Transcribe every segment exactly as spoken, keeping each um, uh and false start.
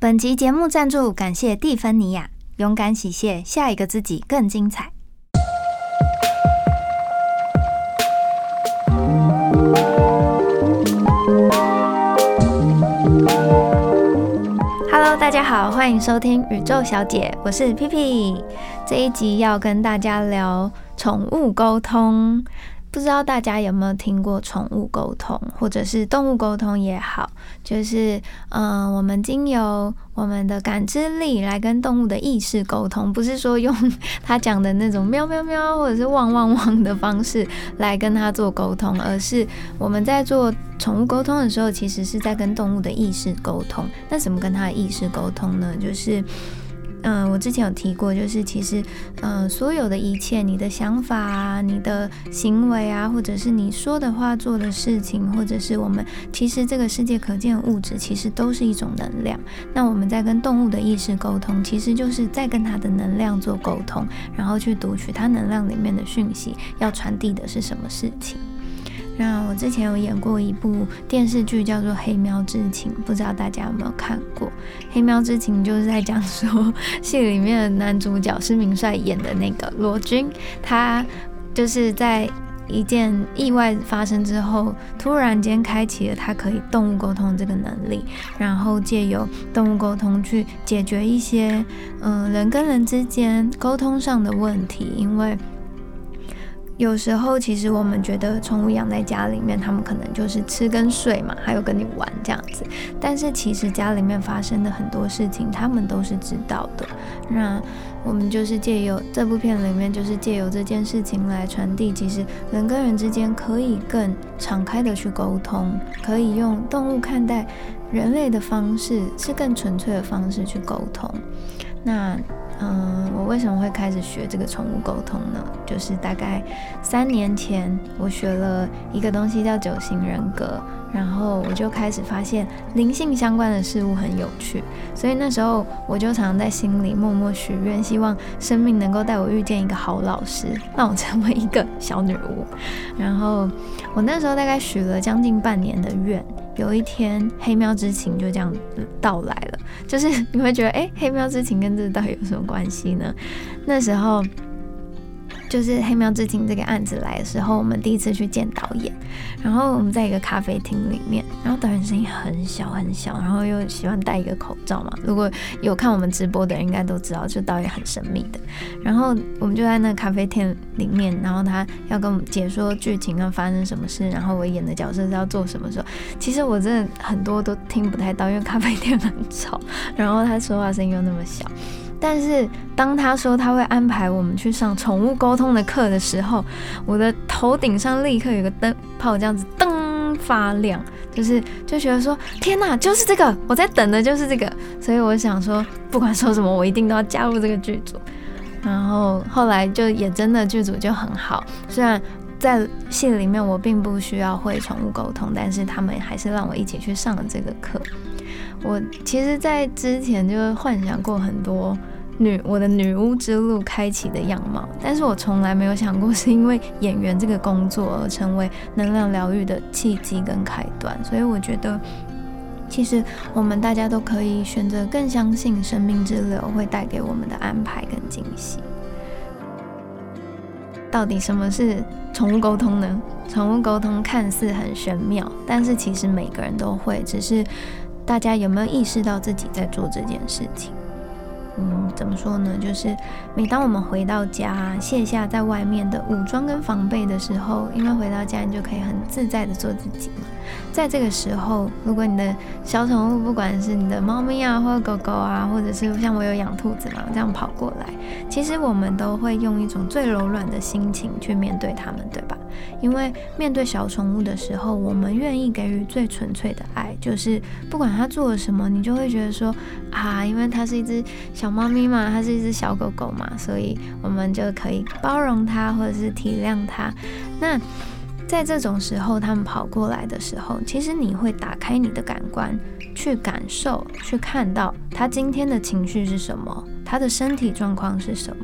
本集节目赞助感谢蒂芬尼亚，勇敢洗卸，下一个自己更精彩。Hello， 大家好，欢迎收听宇宙小姐，我是 P P。这一集要跟大家聊宠物沟通。不知道大家有没有听过宠物沟通，或者是动物沟通也好，就是嗯、呃，我们经由我们的感知力来跟动物的意识沟通，不是说用他讲的那种喵喵喵或者是汪汪汪的方式来跟他做沟通，而是我们在做宠物沟通的时候，其实是在跟动物的意识沟通。那怎么跟他的意识沟通呢？就是嗯，我之前有提过，就是其实，嗯，所有的一切，你的想法啊，你的行为啊，或者是你说的话、做的事情，或者是我们其实这个世界可见的物质，其实都是一种能量。那我们在跟动物的意识沟通，其实就是在跟它的能量做沟通，然后去读取它能量里面的讯息，要传递的是什么事情。那我之前有演过一部电视剧叫做《黑喵之情》，不知道大家有没有看过？《黑喵之情》就是在讲说，戏里面的男主角施名帅演的那个罗军，他就是在一件意外发生之后，突然间开启了他可以动物沟通这个能力，然后借由动物沟通去解决一些嗯、呃、人跟人之间沟通上的问题，因为有时候其实我们觉得宠物养在家里面，他们可能就是吃跟睡嘛，还有跟你玩这样子，但是其实家里面发生的很多事情他们都是知道的。那我们就是借由这部片里面，就是借由这件事情来传递，其实人跟人之间可以更敞开的去沟通，可以用动物看待人类的方式，是更纯粹的方式去沟通。那嗯，我为什么会开始学这个宠物沟通呢？就是大概三年前，我学了一个东西叫九型人格，然后我就开始发现灵性相关的事物很有趣，所以那时候我就常常在心里默默许愿，希望生命能够带我遇见一个好老师，让我成为一个小女巫。然后我那时候大概许了将近半年的愿。有一天黑喵之情就这样到来了，就是你会觉得哎、欸，黑喵之情跟这到底有什么关系呢？那时候就是黑喵之情这个案子来的时候，我们第一次去见导演，然后我们在一个咖啡厅里面，然后导演声音很小很小，然后又喜欢戴一个口罩嘛，如果有看我们直播的人应该都知道，就导演很神秘的。然后我们就在那个咖啡厅里面，然后他要跟我们解说剧情要发生什么事，然后我演的角色是要做什么时候，其实我真的很多都听不太到，因为咖啡店很吵，然后他说话声音又那么小。但是当他说他会安排我们去上宠物沟通的课的时候，我的头顶上立刻有个灯泡这样子噔发亮，就是就觉得说天哪，就是这个，我在等的就是这个，所以我想说不管说什么我一定都要加入这个剧组。然后后来就也真的剧组就很好，虽然在戏里面我并不需要会宠物沟通，但是他们还是让我一起去上了这个课。我其实在之前就幻想过很多女我的女巫之路开启的样貌，但是我从来没有想过是因为演员这个工作而成为能量疗愈的契机跟开端。所以我觉得其实我们大家都可以选择更相信生命之流会带给我们的安排跟惊喜。到底什么是宠物沟通呢？宠物沟通看似很玄妙，但是其实每个人都会，只是大家有没有意识到自己在做这件事情？嗯，怎么说呢？就是每当我们回到家，卸下在外面的武装跟防备的时候，因为回到家你就可以很自在的做自己嘛。在这个时候，如果你的小宠物，不管是你的猫咪啊，或者狗狗啊，或者是像我有养兔子嘛，这样跑过来，其实我们都会用一种最柔软的心情去面对它们，对吧？因为面对小宠物的时候，我们愿意给予最纯粹的爱，就是不管它做了什么，你就会觉得说啊，因为它是一只小猫咪嘛，它是一只小狗狗嘛，所以我们就可以包容它，或者是体谅它。那在这种时候，他们跑过来的时候，其实你会打开你的感官，去感受，去看到他今天的情绪是什么，他的身体状况是什么，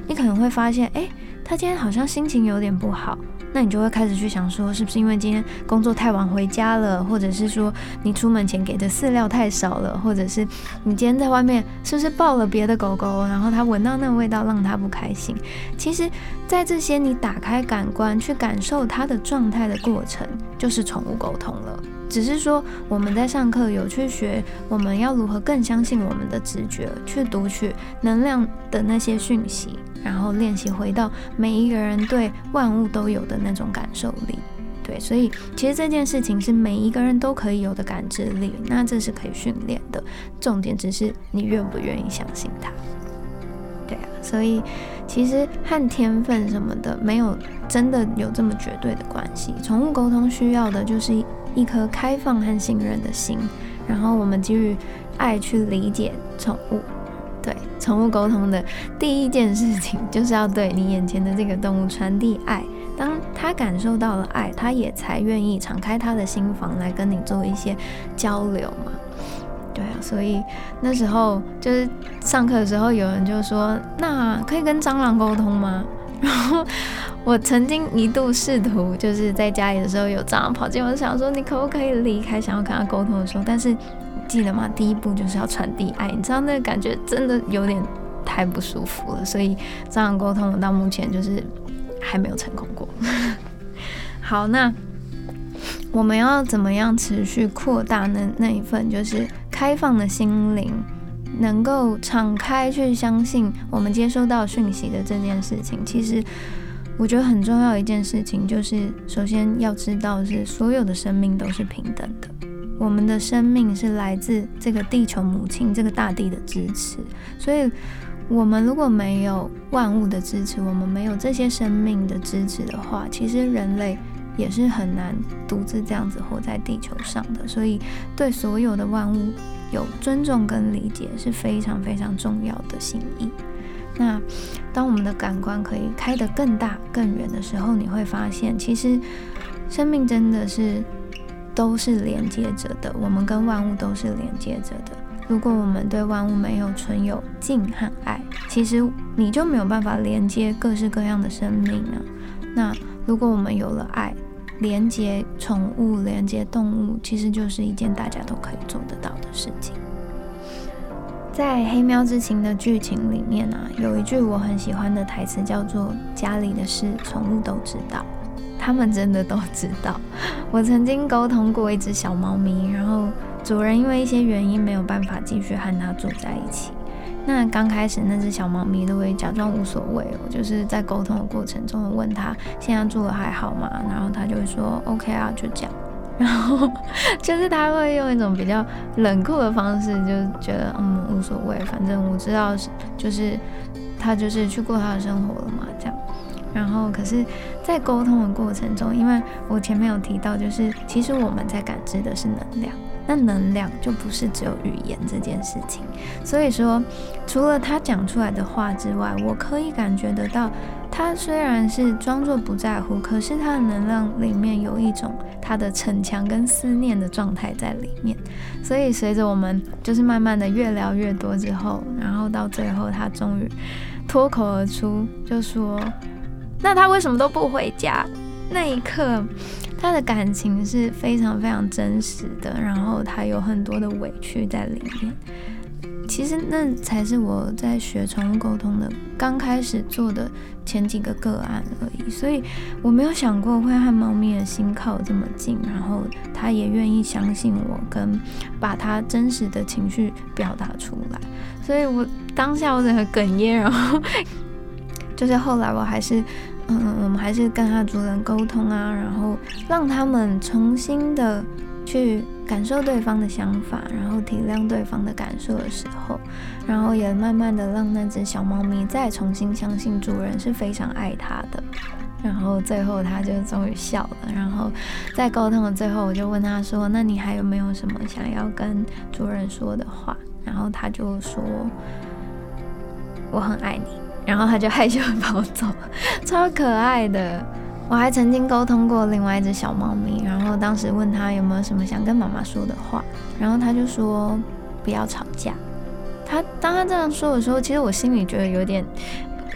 你可能会发现，哎，他今天好像心情有点不好。那你就会开始去想说，是不是因为今天工作太晚回家了，或者是说你出门前给的饲料太少了，或者是你今天在外面是不是抱了别的狗狗，然后它闻到那个味道让它不开心。其实在这些你打开感官去感受它的状态的过程，就是宠物沟通了。只是说我们在上课有去学，我们要如何更相信我们的直觉，去读取能量的那些讯息，然后练习回到每一个人对万物都有的那种感受力。对，所以其实这件事情是每一个人都可以有的感知力，那这是可以训练的，重点只是你愿不愿意相信它。对啊，所以其实和天分什么的没有真的有这么绝对的关系。宠物沟通需要的就是一颗开放和信任的心，然后我们基于爱去理解宠物。对，宠物沟通的第一件事情就是要对你眼前的这个动物传递爱，当他感受到了爱，他也才愿意敞开他的心房来跟你做一些交流嘛。对啊，所以那时候就是上课的时候，有人就说，那可以跟蟑螂沟通吗？然后我曾经一度试图，就是在家里的时候有蟑螂跑进，我就想说，你可不可以离开？想要跟他沟通的时候，但是记得吗？第一步就是要传递爱，你知道那个感觉真的有点太不舒服了，所以蟑螂沟通我到目前就是还没有成功过。好，那我们要怎么样持续扩大那那一份就是开放的心灵，能够敞开去相信我们接收到讯息的这件事情？其实我觉得很重要的一件事情就是，首先要知道是所有的生命都是平等的，我们的生命是来自这个地球母亲这个大地的支持，所以我们如果没有万物的支持，我们没有这些生命的支持的话，其实人类也是很难独自这样子活在地球上的。所以对所有的万物有尊重跟理解是非常非常重要的心意。那当我们的感官可以开得更大更远的时候，你会发现其实生命真的是都是连接着的，我们跟万物都是连接着的。如果我们对万物没有存有敬和爱，其实你就没有办法连接各式各样的生命啊。那如果我们有了爱，连接宠物，连接动物，其实就是一件大家都可以做得到的事情。在《黑喵之情》的剧情里面啊，有一句我很喜欢的台词，叫做“家里的事，宠物都知道”。他们真的都知道。我曾经沟通过一只小猫咪，然后主人因为一些原因没有办法继续和它住在一起。那刚开始那只小猫咪都会假装无所谓哦，就是在沟通的过程中我问它现在住的还好吗？然后它就会说 OK 啊，就这样。然后就是他会用一种比较冷酷的方式，就觉得嗯无所谓，反正我知道就是他就是去过他的生活了嘛，这样。然后可是在沟通的过程中，因为我前面有提到，就是其实我们在感知的是能量，那能量就不是只有语言这件事情。所以说除了他讲出来的话之外，我可以感觉得到他虽然是装作不在乎，可是他的能量里面有一种他的逞强跟思念的状态在里面。所以随着我们就是慢慢的越聊越多之后，然后到最后他终于脱口而出就说，那他为什么都不回家？那一刻他的感情是非常非常真实的，然后他有很多的委屈在里面。其实那才是我在学宠物沟通的刚开始做的前几个个案而已，所以我没有想过会和猫咪的心靠这么近，然后他也愿意相信我，跟把他真实的情绪表达出来。所以我当下我整个哽咽，然后就是后来我还是嗯，我们还是跟他主人沟通啊，然后让他们重新的去感受对方的想法，然后体谅对方的感受的时候，然后也慢慢的让那只小猫咪再重新相信主人是非常爱它的。然后最后他就终于笑了，然后在沟通的最后我就问他说，那你还有没有什么想要跟主人说的话？然后他就说我很爱你，然后他就害羞地跑走，超可爱的。我还曾经沟通过另外一只小猫咪，然后当时问他有没有什么想跟妈妈说的话，然后他就说不要吵架。他当他这样说的时候，其实我心里觉得有点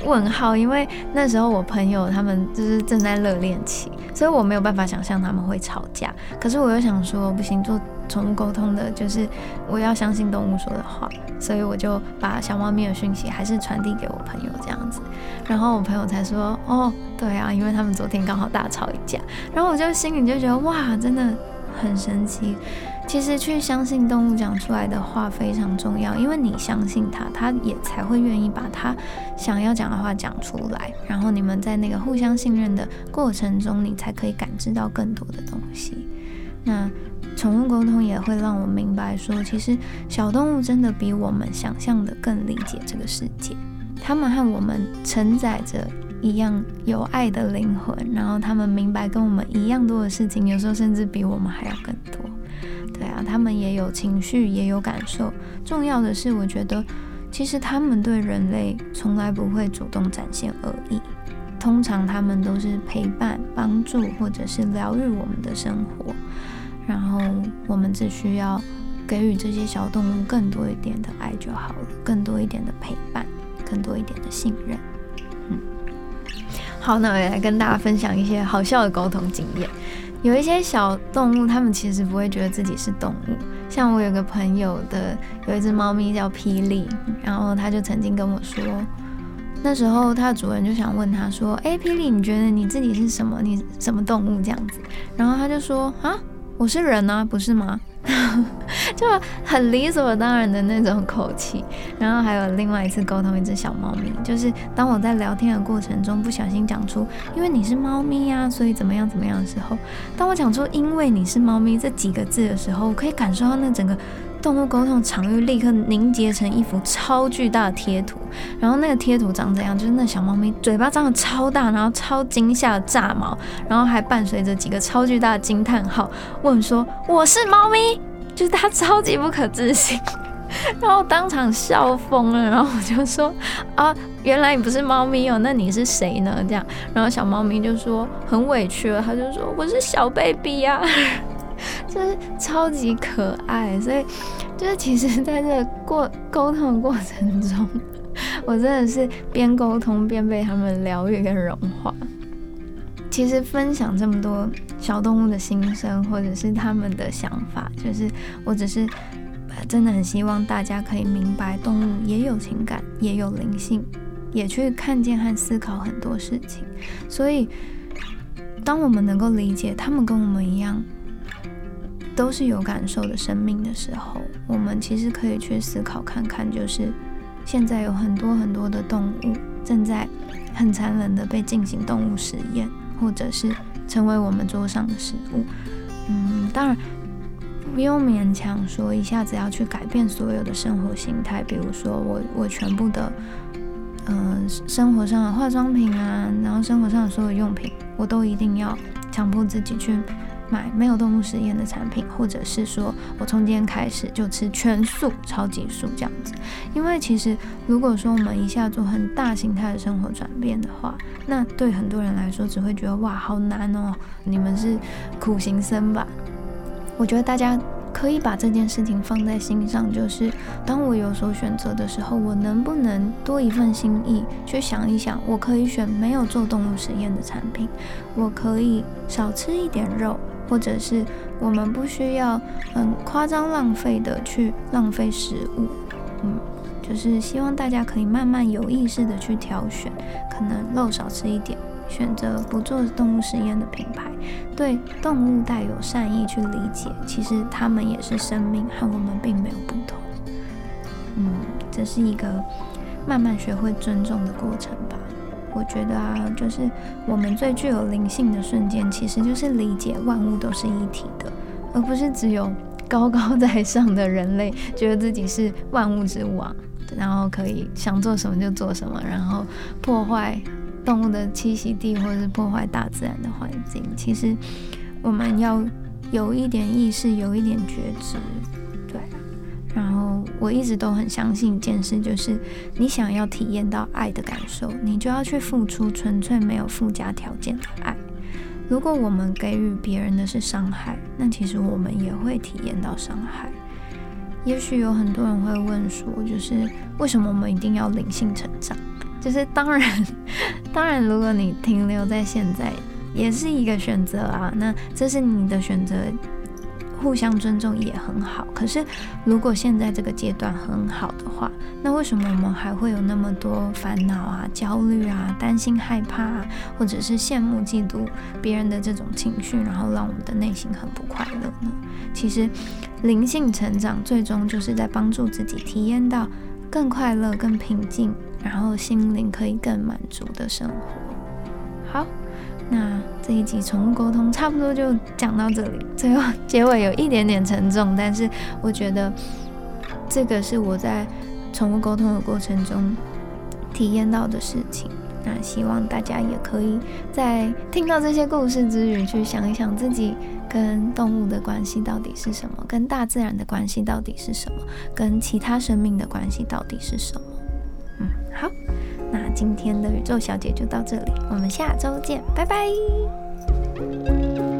问号，因为那时候我朋友他们就是正在热恋期，所以我没有办法想象他们会吵架。可是我又想说，不行，做宠物沟通的就是我要相信动物说的话，所以我就把小猫咪的讯息还是传递给我朋友这样子。然后我朋友才说，哦，对啊，因为他们昨天刚好大吵一架。然后我就心里就觉得，哇，真的很神奇。其实去相信动物讲出来的话非常重要，因为你相信它，它也才会愿意把它想要讲的话讲出来，然后你们在那个互相信任的过程中，你才可以感知到更多的东西。那宠物沟通也会让我明白说，其实小动物真的比我们想象的更理解这个世界，它们和我们承载着一样有爱的灵魂，然后他们明白跟我们一样多的事情，有时候甚至比我们还要更多。对啊，他们也有情绪，也有感受。重要的是，我觉得其实他们对人类从来不会主动展现恶意，通常他们都是陪伴、帮助或者是疗愈我们的生活，然后我们只需要给予这些小动物更多一点的爱就好了，更多一点的陪伴，更多一点的信任。嗯，好，那我也来跟大家分享一些好笑的沟通经验。有一些小动物，它们其实不会觉得自己是动物。像我有个朋友的，有一只猫咪叫霹雳，然后他就曾经跟我说，那时候他的主人就想问他说，哎，霹雳，你觉得你自己是什么？你什么动物这样子？然后他就说，啊，我是人啊，不是吗？就很理所当然的那种口气。然后还有另外一次沟通一只小猫咪，就是当我在聊天的过程中不小心讲出因为你是猫咪啊所以怎么样怎么样的时候，当我讲出因为你是猫咪这几个字的时候，我可以感受到那整个动物沟通场域立刻凝结成一幅超巨大的贴图。然后那个贴图长怎样，就是那小猫咪嘴巴张得超大，然后超惊吓的炸毛，然后还伴随着几个超巨大的惊叹号，问说我是猫咪，就是它超级不可置信。然后当场笑疯了，然后我就说啊，原来你不是猫咪哦，那你是谁呢？这样，然后小猫咪就说很委屈了，他就说我是小 baby 啊，就是超级可爱。所以就是其实在这个过沟通的过程中，我真的是边沟通边被他们疗愈跟融化。其实分享这么多小动物的心声或者是他们的想法，就是我只是真的很希望大家可以明白，动物也有情感，也有灵性，也去看见和思考很多事情。所以当我们能够理解他们跟我们一样都是有感受的生命的时候，我们其实可以去思考看看，就是现在有很多很多的动物正在很残忍的被进行动物实验，或者是成为我们桌上的食物。嗯，当然不用勉强说一下子要去改变所有的生活形态，比如说我我全部的呃生活上的化妆品啊，然后生活上的所有用品，我都一定要强迫自己去买没有动物实验的产品，或者是说我从今天开始就吃全素、超级素这样子。因为其实如果说我们一下做很大形态的生活转变的话，那对很多人来说只会觉得哇好难哦，你们是苦行僧吧。我觉得大家可以把这件事情放在心上，就是当我有所选择的时候，我能不能多一份心意去想一想，我可以选没有做动物实验的产品，我可以少吃一点肉，或者是我们不需要很夸张浪费的去浪费食物。嗯，就是希望大家可以慢慢有意识的去挑选，可能肉少吃一点，选择不做动物实验的品牌，对动物带有善意去理解，其实它们也是生命，和我们并没有不同。嗯，这是一个慢慢学会尊重的过程吧。我觉得啊，就是我们最具有灵性的瞬间，其实就是理解万物都是一体的，而不是只有高高在上的人类觉得自己是万物之王，然后可以想做什么就做什么，然后破坏动物的栖息地或者是破坏大自然的环境。其实我们要有一点意识，有一点觉知，对。然后我一直都很相信一件事，就是你想要体验到爱的感受，你就要去付出纯粹没有附加条件的爱。如果我们给予别人的是伤害，那其实我们也会体验到伤害。也许有很多人会问说，就是为什么我们一定要灵性成长？ 就是当然，当然，如果你停留在现在，也是一个选择啊。那这是你的选择，互相尊重也很好。可是，如果现在这个阶段很好的话，那为什么我们还会有那么多烦恼啊、焦虑啊、担心、害怕啊，或者是羡慕、嫉妒别人的这种情绪，然后让我们的内心很不快乐呢？其实，灵性成长最终就是在帮助自己体验到更快乐、更平静，然后心灵可以更满足的生活。好，那这一集宠物沟通差不多就讲到这里，最后结尾有一点点沉重，但是我觉得这个是我在宠物沟通的过程中体验到的事情。那希望大家也可以在听到这些故事之余，去想一想自己跟动物的关系到底是什么，跟大自然的关系到底是什么，跟其他生命的关系到底是什么。嗯，好，那今天的宇宙小姐就到这里，我们下周见，拜拜。